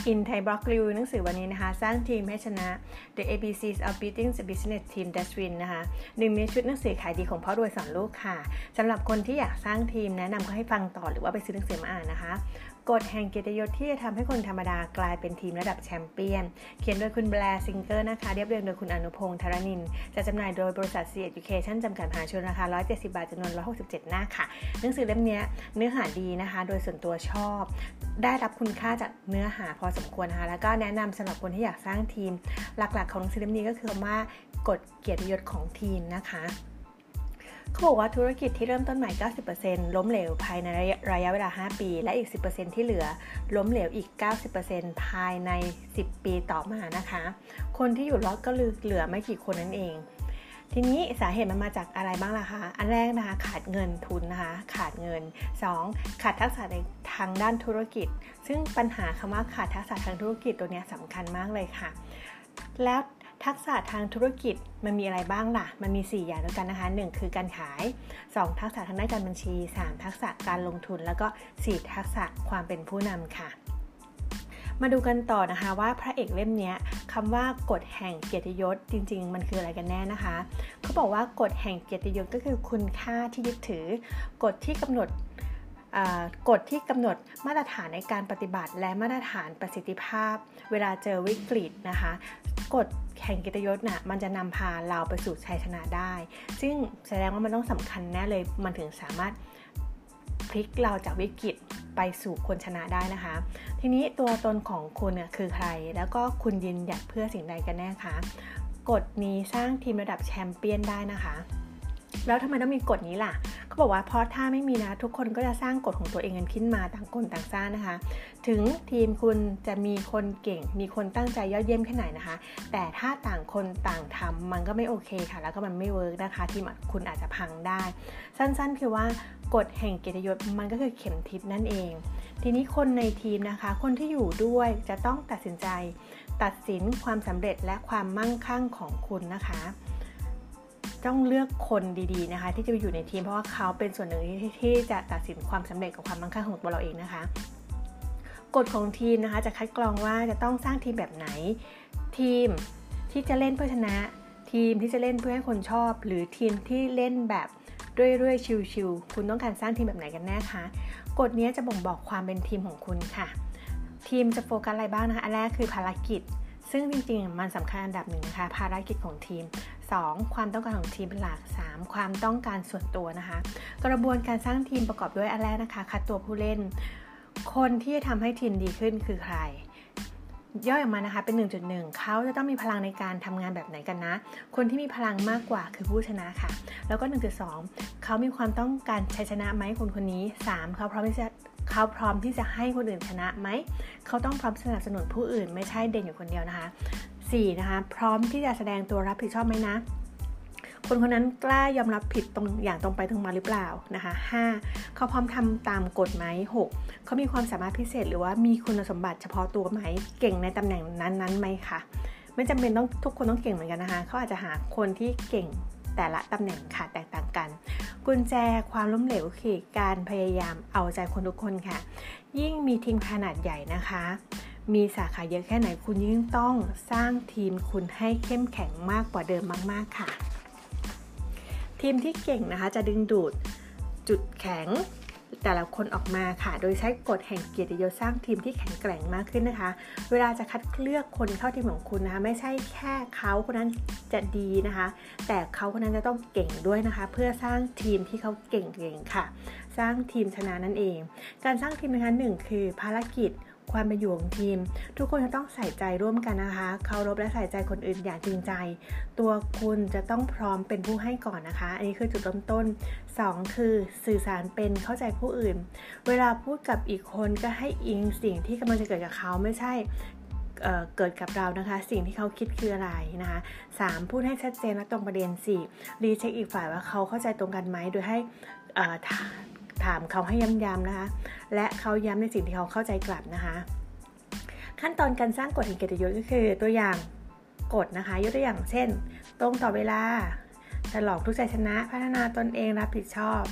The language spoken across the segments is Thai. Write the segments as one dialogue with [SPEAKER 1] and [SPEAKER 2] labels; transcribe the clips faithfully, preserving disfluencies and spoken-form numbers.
[SPEAKER 1] In Thai Block Review หนังสือวันนี้นะคะสร้างทีมให้ชนะ The เอ บี ซี of Building a Business Team That Win นะคะหนึ่งในชุดหนังสือขายดีของพ่อรวยสอนลูกค่ะสำหรับคนที่อยากสร้างทีมแนะนำก็ให้ฟังต่อหรือว่าไปซื้อหนังสือมาอ่านนะคะกฎแห่งเกียรติยศที่จะทำให้คนธรรมดากลายเป็นทีมระดับแชมเปี้ยนเขียนโดยคุณแบร์ซิงเกอร์นะคะเรียบเรียงโดยคุณอนุพงษ์ธารนินทร์จะจำหน่ายโดยบริษัท ซี Education จำกัดมหาชนราคาหนึ่งร้อยเจ็ดสิบบาทจำนวนหนึ่งร้อยหกสิบเจ็ดหน้าค่ะหนังสือเล่มนี้เนื้อหาดีนะคะโดยส่วนตัวชอบได้รับคุณค่าจากเนื้อหาพอสมควรนะคะแล้วก็แนะนำสำหรับคนที่อยากสร้างทีมหลักๆของหนังสือเล่มนี้ก็คือว่ากฎเกียรติยศของทีมนะคะเขาบอกว่าธุรกิจที่เริ่มต้นใหม่ เก้าสิบเปอร์เซ็นต์ ล้มเหลวภายในระยะเวลาห้าปีและอีก สิบเปอร์เซ็นต์ ที่เหลือล้มเหลวอีก เก้าสิบเปอร์เซ็นต์ ภายในสิบปีต่อมานะคะคนที่อยู่รอดก็เหลือไม่กี่คนนั่นเองทีนี้สาเหตุมันมาจากอะไรบ้างล่ะคะอันแรกนะคะขาดเงินทุนนะคะขาดเงินสองขาดทักษะในทางด้านธุรกิจซึ่งปัญหาคำว่าขาดทักษะทางธุรกิจตัวนี้สำคัญมากเลยค่ะแล้วทักษะทางธุรกิจมันมีอะไรบ้างล่ะมันมีสี่อย่างด้วยกันนะคะหนึ่งคือการขายสองทักษะทางด้านการบัญชีสามทักษะการลงทุนแล้วก็สี่ทักษะความเป็นผู้นำค่ะมาดูกันต่อนะคะว่าพระเอกเล่มนี้คำว่ากฎแห่งเกียรติยศจริงๆมันคืออะไรกันแน่นะคะเขาบอกว่ากฎแห่งเกียรติยศก็คือคุณค่าที่ยึดถือกฎที่กำหนดกฎที่กำหนดมาตรฐานในการปฏิบัติและมาตรฐานประสิทธิภาพเวลาเจอวิกฤตนะคะกฎแห่งเกียรติยศน่ะมันจะนำพาเราไปสู่ชัยชนะได้ซึ่งแสดงว่ามันต้องสำคัญแน่เลยมันถึงสามารถพลิกเราจากวิกฤตไปสู่คนชนะได้นะคะทีนี้ตัวตนของคุณเนี่ยคือใครแล้วก็คุณยืนหยัดเพื่อสิ่งใดกันแน่คะกฎนี้สร้างทีมระดับแชมเปี้ยนได้นะคะแล้วทำไมต้องมีกฎนี้ล่ะเขาบอกว่าเพราะถ้าไม่มีนะทุกคนก็จะสร้างกฎของตัวเองกันขึ้นมาต่างคนต่างสร้างนะคะถึงทีมคุณจะมีคนเก่งมีคนตั้งใจยอดเยี่ยมแค่ไหนนะคะแต่ถ้าต่างคนต่างทำมันก็ไม่โอเคค่ะแล้วก็มันไม่เวิร์กนะคะทีมคุณอาจจะพังได้สั้นๆคือว่ากฎแห่งเกียรติยศมันก็คือเข็มทิศนั่นเองทีนี้คนในทีมนะคะคนที่อยู่ด้วยจะต้องตัดสินใจตัดสินความสำเร็จและความมั่งคั่งของคุณนะคะต้องเลือกคนดีๆนะคะที่จะอยู่ในทีมเพราะว่าเขาเป็นส่วนหนึ่งที่ที่จะตัดสินความสำเร็จกับความมั่งคั่งของตัวเราเองนะคะกฎของทีมนะคะจะคัดกรองว่าจะต้องสร้างทีมแบบไหนทีมที่จะเล่นเพื่อชนะทีมที่จะเล่นเพื่อให้คนชอบหรือทีมที่เล่นแบบเรื่อยๆชิลๆคุณต้องการสร้างทีมแบบไหนกันแน่คะกฎนี้จะบ่งบอกความเป็นทีมของคุณค่ะทีมจะโฟกัสอะไรบ้างนะคะอันแรกคือภารกิจซึ่งจริงๆมันสำคัญอันดับหนึ่งนะคะภารกิจของทีมสองความต้องการของทีมเป็นหลักสามความต้องการส่วนตัวนะคะกระบวนการสร้างทีมประกอบด้วยอันแรกนะคะคัดตัวผู้เล่นคนที่จะทำให้ทีมดีขึ้นคือใครย่อยออกมานะคะเป็น หนึ่งจุดหนึ่ง เขาจะต้องมีพลังในการทำงานแบบไหนกันนะคนที่มีพลังมากกว่าคือผู้ชนะค่ะแล้วก็ หนึ่งจุดสอง เขามีความต้องการชัยชนะไหมคนคนนี้สามเขาพร้อมที่จะเขาพร้อมที่จะให้คนอื่นชนะไหมเขาต้องพร้อมสนับสนุนผู้อื่นไม่ใช่เด่นอยู่คนเดียวนะคะสี่นะคะพร้อมที่จะแสดงตัวรับผิดชอบไหมนะคนคนนั้นกล้ายอมรับผิดตรงอย่างตรงไปตรงมาหรือเปล่านะคะห้าเขาพร้อมทำตามกฎไหมหกเขามีความสามารถพิเศษหรือว่ามีคุณสมบัติเฉพาะตัวไหมเก่งในตำแหน่งนั้นๆไหมคะไม่จำเป็นต้องทุกคนต้องเก่งเหมือนกันนะคะเขาอาจจะหาคนที่เก่งแต่ละตำแหน่งค่ะแตกต่างกันกุญแจความล้มเหลวคือการพยายามเอาใจคนทุกคนค่ะยิ่งมีทีมขนาดใหญ่นะคะมีสาขาเยอะแค่ไหนคุณยิ่งต้องสร้างทีมคุณให้เข้มแข็งมากกว่าเดิมมากๆค่ะทีมที่เก่งนะคะจะดึงดูดจุดแข็งแต่ละคนออกมาค่ะโดยใช้กฎแห่งเกียรติยศสร้างทีมที่แข็งแกร่งมากขึ้นนะคะเวลาจะคัดเลือกคนเข้าทีมของคุณนะคะไม่ใช่แค่เขาคนนั้นจะดีนะคะแต่เขาคนนั้นจะต้องเก่งด้วยนะคะเพื่อสร้างทีมที่เขาเก่งๆค่ะสร้างทีมชนะนั่นเองการสร้างทีมนะคะหนึ่งคือภารกิจความเป็นอยู่ของทีมทุกคนจะต้องใส่ใจร่วมกันนะคะเคารพและใส่ใจคนอื่นอย่างจริงใจตัวคุณจะต้องพร้อมเป็นผู้ให้ก่อนนะคะอันนี้คือจุดเริ่มต้นสองคือสื่อสารเป็นเข้าใจผู้อื่นเวลาพูดกับอีกคนก็ให้อิงสิ่งที่กำลังจะเกิดกับเขาไม่ใช่เอ่อเกิดกับเรานะคะสิ่งที่เขาคิดคืออะไรนะคะสามพูดให้ชัดเจนและตรงประเด็นสี่รีเช็คอีกฝ่ายว่าเขาเข้าใจตรงกันไหมโดยให้เอ่อถามเขาให้ย้ำๆนะคะและเขาย้ำในสิ่งที่เขาเข้าใจกลับนะคะขั้นตอนการสร้างกฎแห่งเกียรติยศก็คือตัวอย่างกฎนะคะยกตัวอย่างเช่นตรงต่อเวลาฉลองทุกชัยชนะพัฒนาตนเองรับผิดชอบ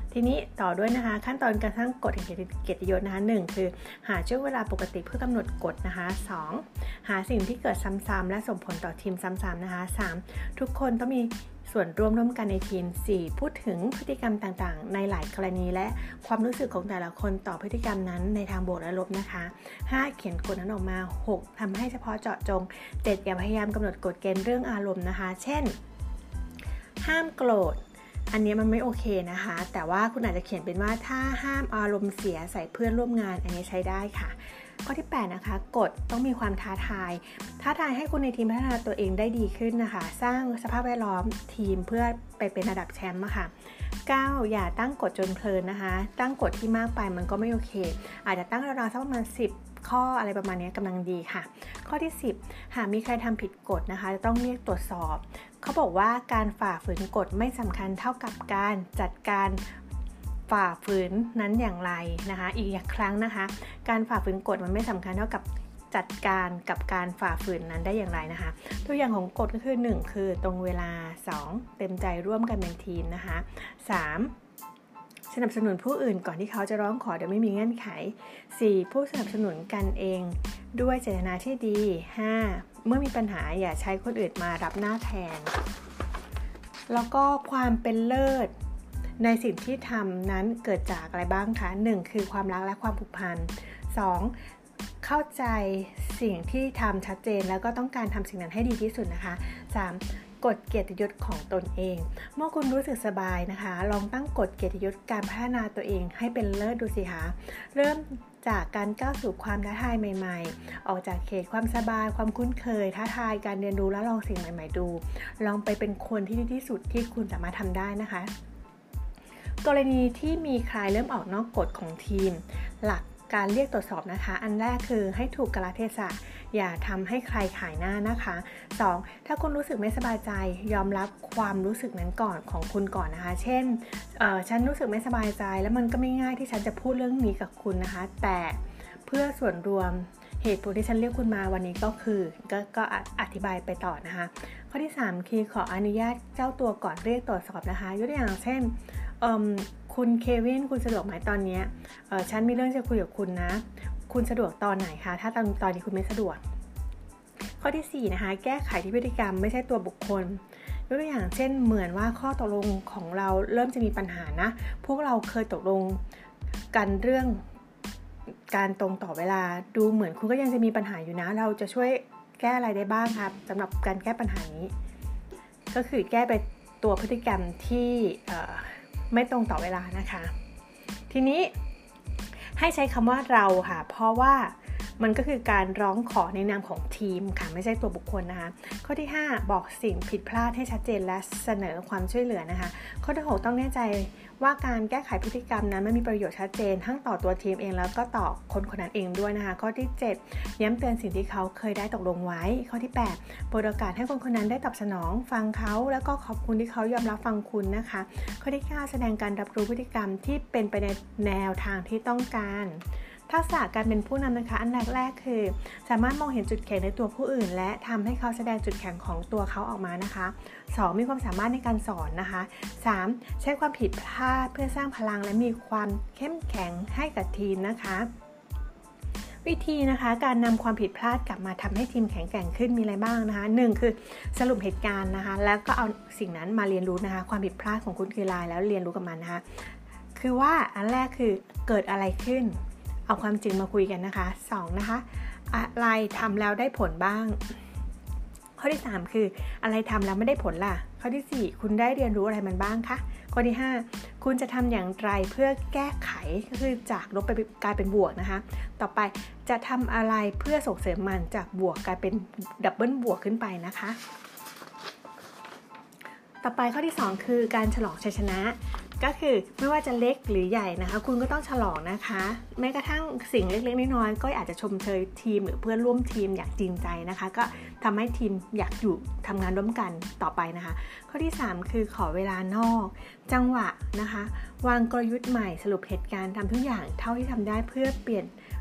[SPEAKER 1] ทีนี้ต่อด้วยนะคะขั้นตอนการสร้างกฎแห่งเกียรติยศนะคะหนึ่งคือหาช่วงเวลาปกติเพื่อกำหนดกฎนะคะสองหาสิ่งที่เกิดซ้ำๆและส่งผลต่อทีมซ้ำๆนะคะสามทุกคนต้องมีส่วนร่วมร่วมกันในทีมสี่พูดถึงพฤติกรรมต่างๆในหลายกรณีและความรู้สึกของแต่ละคนต่อพฤติกรรมนั้นในทางบวกและลบนะคะห้าเขียนกฎนั้นออกมาหกทำให้เฉพาะเจาะจงเจ็ดอย่าพยายามกำหนดกฎเกณฑ์เรื่องอารมณ์นะคะเช่นห้ามโกรธอันนี้มันไม่โอเคนะคะแต่ว่าคุณอาจจะเขียนเป็นว่าถ้าห้ามอารมณ์เสียใส่เพื่อนร่วมงานอันนี้ใช้ได้ค่ะข้อที่แปดนะคะกฎต้องมีความท้าทายท้าทายให้คนในทีมพัฒนาตัวเองได้ดีขึ้นนะคะสร้างสภาพแวดล้อมทีมเพื่อไปเป็นระดับแชมป์ค่ะเก้าอย่าตั้งกฎจนเพลินนะคะตั้งกฎที่มากไปมันก็ไม่โอเคอาจจะตั้งราวๆสักประมาณสิบข้ออะไรประมาณนี้กำลังดีค่ะข้อที่สิบหากมีใครทำผิดกฎนะคะจะต้องเรียกตรวจสอบเขาบอกว่าการฝ่าฝืนกฎไม่สำคัญเท่ากับการจัดการฝ่าฝืนนั้นอย่างไรนะคะอีกอย่างครั้งนะคะการฝ่าฝืนกฎมันไม่สำคัญเท่ากับจัดการกับการฝ่าฝืนนั้นได้อย่างไรนะคะตัวอย่างของกฎก็คือหนึ่งคือตรงเวลาสองเต็มใจร่วมกันเป็นทีมนะคะสามสนับสนุนผู้อื่นก่อนที่เขาจะร้องขอโดยไม่มีเงื่อนไขสี่ผู้สนับสนุนกันเองด้วยเจตนาที่ดีห้าเมื่อมีปัญหาอย่าใช้คนอื่นมารับหน้าแทนแล้วก็ความเป็นเลิศในสิ่งที่ทำนั้นเกิดจากอะไรบ้างคะหนึ่งคือความรักและความผูกพันสองเข้าใจสิ่งที่ทำชัดเจนแล้วก็ต้องการทำสิ่งนั้นให้ดีที่สุดนะคะสามกฎเกียรติยศของตนเองเมื่อคุณรู้สึกสบายนะคะลองตั้งกฎเกียรติยศการพัฒนาตัวเองให้เป็นเลิศดูสิคะเริ่มจากการก้าวสู่ความท้าทายใหม่ๆออกจากเขตความสบายความคุ้นเคยท้าทายการเรียนรู้และลองสิ่งใหม่ๆดูลองไปเป็นคนที่ดีที่สุดที่คุณสามารถทำได้นะคะกรณีที่มีใครเริ่มออกนอกกฎของทีมหลักการเรียกตรวจสอบนะคะอันแรกคือให้ถูกกาลเทศะอย่าทำให้ใครขายหน้านะคะสองถ้าคุณรู้สึกไม่สบายใจยอมรับความรู้สึกนั้นก่อนของคุณก่อนนะคะเช่นฉันรู้สึกไม่สบายใจแล้วมันก็ไม่ง่ายที่ฉันจะพูดเรื่องนี้กับคุณนะคะแต่เพื่อส่วนรวมเหตุผลที่ฉันเรียกคุณมาวันนี้ก็คือ ก, ก็อธิบายไปต่อนะคะข้อที่สามคือขออนุญาตเจ้าตัวก่อนเรียกตรวจสอบนะคะยกตัวอย่างเช่นคุณเควินคุณสะดวกไหมตอนนี้ฉันมีเรื่องจะคุยกับคุณนะคุณสะดวกตอนไหนคะถ้าตอนตอนนี้คุณไม่สะดวกข้อที่สี่นะคะแก้ไขที่พฤติกรรมไม่ใช่ตัวบุคคลยกตัวอย่างเช่นเหมือนว่าข้อตกลงของเราเริ่มจะมีปัญหานะพวกเราเคยตกลงกันเรื่องการตรงต่อเวลาดูเหมือนคุณก็ยังจะมีปัญหาอยู่นะเราจะช่วยแก้อะไรได้บ้างครับสำหรับการแก้ปัญหานี้ก็คือแก้ไปตัวพฤติกรรมที่ไม่ตรงต่อเวลานะคะทีนี้ให้ใช้คำว่าเราค่ะเพราะว่ามันก็คือการร้องขอในนามของทีมค่ะไม่ใช่ตัวบุคคลนะคะข้อที่ห้าบอกสิ่งผิดพลาดให้ชัดเจนและเสนอความช่วยเหลือนะคะข้อที่หกต้องแน่ใจว่าการแก้ไขพฤติกรรมนั้นมันมีประโยชน์ชัดเจนทั้งต่อตัวทีมเองแล้วก็ต่อคนคนนั้นเองด้วยนะคะข้อที่เจ็ดย้ำเตือนสิ่งที่เขาเคยได้ตกลงไว้ข้อที่แปดโปรดโอกาสให้คนคนนั้นได้ตอบสนองฟังเขาแล้วก็ขอบคุณที่เขายอมรับฟังคุณนะคะข้อที่เก้าแสดงการรับรู้พฤติกรรมที่เป็นไปในแนวทางที่ต้องการทักษะการเป็นผู้นำนะคะอันแรกแรกคือสามารถมองเห็นจุดแข็งในตัวผู้อื่นและทำให้เขาแสดงจุดแข็งของตัวเขาออกมานะคะสองมีความสามารถในการสอนนะคะสามใช้ความผิดพลาดเพื่อสร้างพลังและมีความเข้มแข็งให้กับทีมนะคะวิธีนะคะการนำความผิดพลาดกลับมาทำให้ทีมแข็งแกร่งขึ้นมีอะไรบ้างนะคะหนึ่งคือสรุปเหตุการณ์นะคะแล้วก็เอาสิ่งนั้นมาเรียนรู้นะคะความผิดพลาดของคุณคืออะไรแล้วเรียนรู้กับมันนะคะคือว่าอันแรกคือเกิดอะไรขึ้นเอาความจริงมาคุยกันนะคะสองนะคะอะไรทำแล้วได้ผลบ้างข้อที่สามคืออะไรทำแล้วไม่ได้ผลล่ะข้อที่สี่คุณได้เรียนรู้อะไรมันบ้างคะข้อที่ห้าคุณจะทำอย่างไรเพื่อแก้ไขก็คือจากลบไปกลายเป็นบวกนะคะต่อไปจะทำอะไรเพื่อส่งเสริมมันจากบวกกลายเป็นดับเบิลบวกขึ้นไปนะคะต่อไปข้อที่สองคือการฉลองชัยชนะก็คือไม่ว่าจะเล็กหรือใหญ่นะคะคุณก็ต้องฉลองนะคะแม้กระทั่งสิ่งเล็กๆน้อยๆก็อาจจะชมเชยทีมหรือเพื่อนร่วมทีมอย่างจริงใจนะคะก็ทำให้ทีมอยากอยู่ทำงานร่วมกันต่อไปนะคะข้อที่สามคือขอเวลานอกจังหวะนะคะวางกลยุทธ์ใหม่สรุปเหตุการณ์ทำทุกอย่างเท่าที่ทำได้เพื่อเปลี่ยน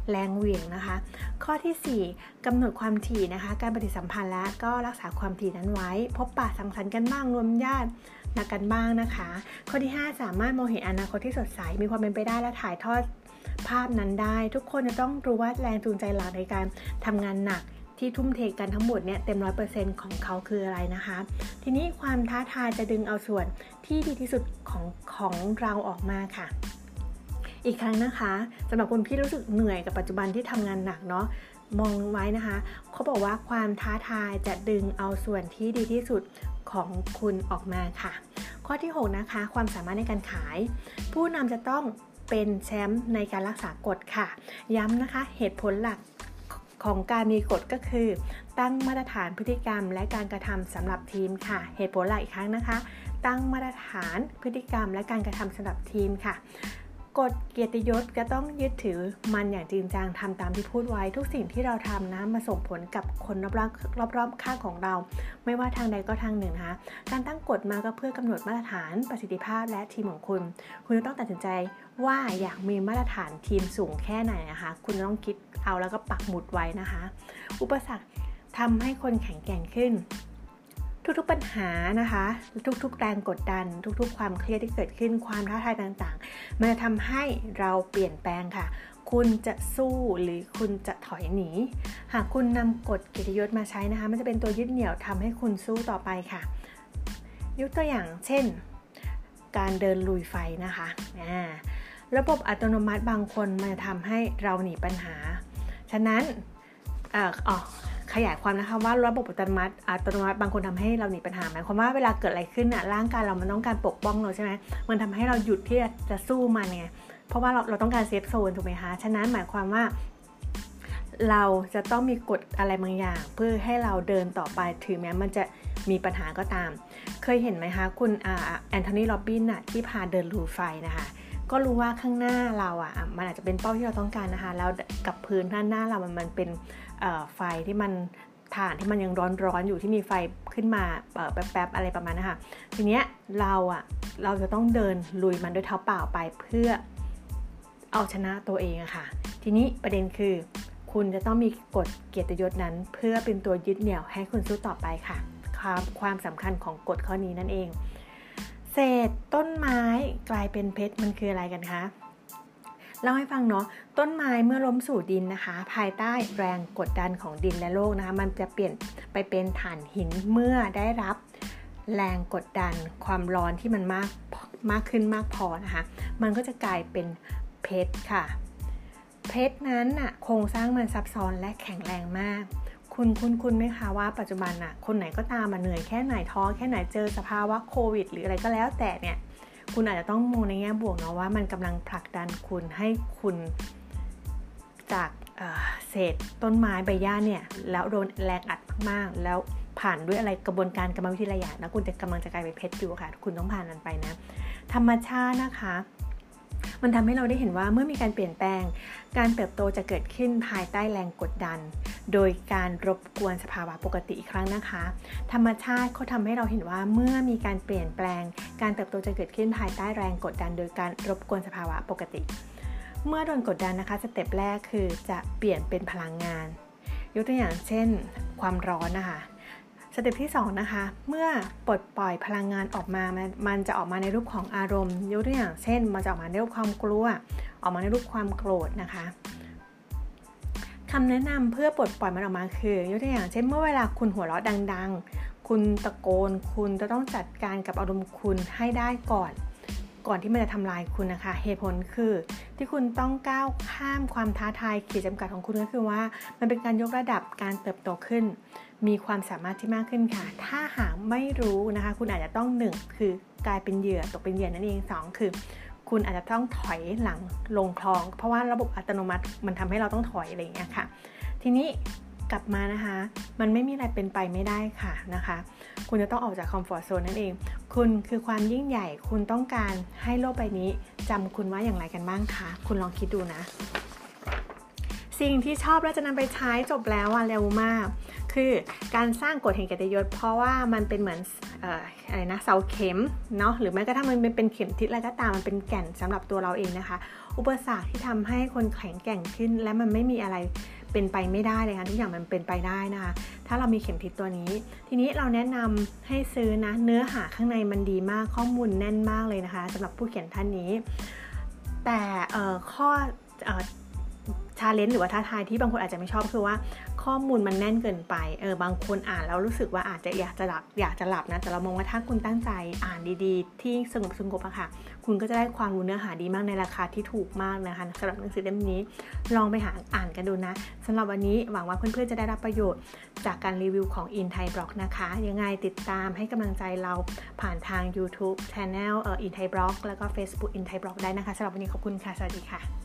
[SPEAKER 1] แรงเหวี่ยงนะคะข้อที่สี่กำหนดความถี่นะคะการปฏิสัมพันธ์และก็รักษาความถี่นั้นไว้พบปะสังสรรค์กันบ้างรวมญาตินักกันบ้างนะคะข้อที่ห้าสามารถมองเห็นอนาคตที่สดใสมีความเป็นไปได้และถ่ายทอดภาพนั้นได้ทุกคนจะต้องรู้ว่าแรงจูงใจหลักในการทำงานหนักที่ทุ่มเทกันทั้งหมดเนี่ยเต็ม ร้อยเปอร์เซ็นต์ ของเขาคืออะไรนะคะทีนี้ความท้าทายจะดึงเอาส่วนที่ดีที่สุดของของเราออกมาค่ะอีกครั้งนะคะสำหรับคนที่รู้สึกเหนื่อยกับปัจจุบันที่ทำงานหนักเนาะมองไว้นะคะเขาบอกว่าความท้าทายจะดึงเอาส่วนที่ดีที่สุดของคุณออกมาค่ะข้อที่หกนะคะความสามารถในการขายผู้นำจะต้องเป็นแชมป์ในการรักษากฎค่ะย้ำนะคะเหตุผลหลักของการมีกฎก็คือตั้งมาตรฐานพฤติกรรมและการกระทำสำหรับทีมค่ะเหตุผลหลักอีกครั้งนะคะตั้งมาตรฐานพฤติกรรมและการกระทำสำหรับทีมค่ะกฎเกียรติยศก็ต้องยึดถือมันอย่างจริงจังทำตามที่พูดไว้ทุกสิ่งที่เราทำนะมาส่งผลกับคนรอบๆรอบๆข้างของเราไม่ว่าทางใดก็ทางหนึ่งนะคะการตั้งกฎมาก็เพื่อกำหนดมาตรฐานประสิทธิภาพและทีมของคุณคุณจะต้องตัดสินใจว่าอยากมีมาตรฐานทีมสูงแค่ไหนนะคะคุณต้องคิดเอาแล้วก็ปักหมุดไว้นะคะอุปสรรคทำให้คนแข็งแกร่งขึ้นทุกๆปัญหานะคะทุกๆแรงกดดันทุกๆความเครียดที่เกิดขึ้นความท้าทายต่างๆมันจะทำให้เราเปลี่ยนแปลงค่ะคุณจะสู้หรือคุณจะถอยหนีหากคุณนำกฎเกียรติยศมาใช้นะคะมันจะเป็นตัวยึดเหนี่ยวทำให้คุณสู้ต่อไปค่ะยกตัวอย่างเช่นการเดินลุยไฟนะคะระบบอัตโนมัติบางคนมันจะทำให้เราหนีปัญหาฉะนั้นเอ่ออ๋อขยายความนะคะว่าระบบอัตโนมัติอัตโนมัติบางคนทำให้เราหนีปัญหาหมายความว่าเวลาเกิดอะไรขึ้นน่ะร่างกายเรามันต้องการปกป้องเราใช่ไหมมันทำให้เราหยุดที่จะสู้มันไงเพราะว่าเราเราต้องการเซฟโซนถูกไหมคะฉะนั้นหมายความว่าเราจะต้องมีกฎอะไรบางอย่างเพื่อให้เราเดินต่อไปถึงแม้มันจะมีปัญหาก็ตามเคยเห็นไหมคะคุณอ่าแอนโทนีโรบินน่ะที่พาเดินลุยไฟนะคะก็รู้ว่าข้างหน้าเราอ่ะมันอาจจะเป็นเป้าที่เราต้องการนะคะแล้วกับพื้นด้านหน้าเรามันมันเป็นไฟที่มันถ่านที่มันยังร้อนๆอยู่ที่มีไฟขึ้นมาแป๊บๆอะไรประมาณนั้นค่ะทีเนี้ยเราอ่ะเราจะต้องเดินลุยมันด้วยเท้าเปล่าไปเพื่อเอาชนะตัวเองอะค่ะทีนี้ประเด็นคือคุณจะต้องมีกฎเกียรติยศนั้นเพื่อเป็นตัวยึดเหนี่ยวให้คุณสู้ต่อไปค่ะความความสำคัญของกฎข้อนี้นั่นเองเศษต้นไม้กลายเป็นเพชรมันคืออะไรกันคะเล่าให้ฟังเนาะต้นไม้เมื่อล้มสู่ดินนะคะภายใต้แรงกดดันของดินและโลกนะคะมันจะเปลี่ยนไปเป็นถ่านหินเมื่อได้รับแรงกดดันความร้อนที่มันมากมากขึ้นมากพอนะคะมันก็จะกลายเป็นเพชรค่ะเพชรนั้นน่ะโครงสร้างมันซับซ้อนและแข็งแรงมากคุณคุณคุณไหมคะว่าปัจจุบันน่ะคนไหนก็ตามมาเหนื่อยแค่ไหนท้อแค่ไหนเจอสภาวะโควิดหรืออะไรก็แล้วแต่เนี่ยคุณอาจจะต้องมองในแง่บวกเนาะว่ามันกำลังผลักดันคุณให้คุณจากเอ่อเศษต้นไม้ใบหญ้าเนี่ยแล้วโดนแรงอัดมากๆแล้วผ่านด้วยอะไรกระบวนการกรรมวิธีหลายอย่างแล้วคุณจะกำลังจะกลายเป็นเพชรอยู่ค่ะคุณต้องผ่านมันไปนะธรรมชาตินะคะมันทำให้เราได้เห็นว่าเมื่อมีการเปลี่ยนแปลงการเติบโตจะเกิดขึ้นภายใต้แรงกดดันโดยการรบกวนสภาวะปกติอีกครั้งนะคะธรรมชาติเขาทำให้เราเห็นว่าเมื่อมีการเปลี่ยนแปลงการเติบโตจะเกิดขึ้นภายใต้แรงกดดันโดยการรบกวนสภาวะปกติเมื่อโดนกดดันนะคะสเต็ปแรกคือจะเปลี่ยนเป็นพลังงานยกตัวอย่างเช่นความร้อนนะคะสเต็ปที่สองนะคะเมื่อปลดปล่อยพลังงานออกมามันมันจะออกมาในรูปของอารมณ์ยกตัวอย่างเช่นมันจะออกมาในรูปความกลัวออกมาในรูปความโกรธนะคะคำแนะนำเพื่อปลดปล่อยมันออกมาคือยกตัวอย่างเช่นเมื่อเวลาคุณหัวเราะดังๆคุณตะโกนคุณจะต้องจัดการกับอารมณ์คุณให้ได้ก่อนก่อนที่มันจะทำลายคุณนะคะเหตุผลคือที่คุณต้องก้าวข้ามความท้าทายขีดจำกัดของคุณก็คือว่ามันเป็นการยกระดับการเติบโตขึ้นมีความสามารถที่มากขึ้นค่ะถ้าหากไม่รู้นะคะคุณอาจจะต้องหนึ่งคือกลายเป็นเหยื่อตกเป็นเหยื่อนั่นเองสองคือคุณอาจจะต้องถอยหลังลงคลองเพราะว่าระบบอัตโนมัติมันทำให้เราต้องถอยอะไรอย่างเงี้ยค่ะทีนี้กลับมานะคะมันไม่มีอะไรเป็นไปไม่ได้ค่ะนะคะคุณจะต้องออกจากคอมฟอร์ตโซนนั่นเองคุณคือความยิ่งใหญ่คุณต้องการให้โลกใบนี้จำคุณว่าอย่างไรกันบ้างคะคุณลองคิดดูนะสิ่งที่ชอบและจะนำไปใช้จบแล้วอ่ะเร็วมากคือการสร้างกฎแห่งเกียรติยศเพราะว่ามันเป็นเหมือนเอ่ออะไรนะเสาเข็มเนาะหรือแม้กระทั่งมันเป็นเข็มทิศอะไรก็ตามมันเป็นแก่นสำหรับตัวเราเองนะคะอุปสรรคที่ทำให้คนแข็งแกร่งขึ้นและมันไม่มีอะไรเป็นไปไม่ได้เลยค่ะทุกอย่างมันเป็นไปได้นะคะถ้าเรามีเข็มทิศตัวนี้ทีนี้เราแนะนำให้ซื้อนะเนื้อหาข้างในมันดีมากข้อมูลแน่นมากเลยนะคะสำหรับผู้เขียนท่านนี้แต่เอ่อข้อเอ่อชาเลนจ์หรือว่าท้าทายที่บางคนอาจจะไม่ชอบคือว่าข้อมูลมันแน่นเกินไปเออบางคนอ่านแล้วรู้สึกว่าอาจจะอยากจะหลับอยากจะหลับนะแต่เรามองว่าถ้าคุณตั้งใจอ่านดีๆที่สงบสงบอะค่ะคุณก็จะได้ความรู้เนื้อหาดีมากในราคาที่ถูกมากนะคะสำหรับหนังสือเล่มนี้ลองไปหาอ่านกันดูนะสำหรับวันนี้หวังว่าเพื่อนๆจะได้รับประโยชน์จากการรีวิวของ In Thai Blog นะคะยังไงติดตามให้กำลังใจเราผ่านทาง YouTube Channel เอ่อ In Thai Blog แล้วก็ Facebook In Thai Blog ได้นะคะสำหรับวันนี้ขอบคุณค่ะสวัสดีค่ะ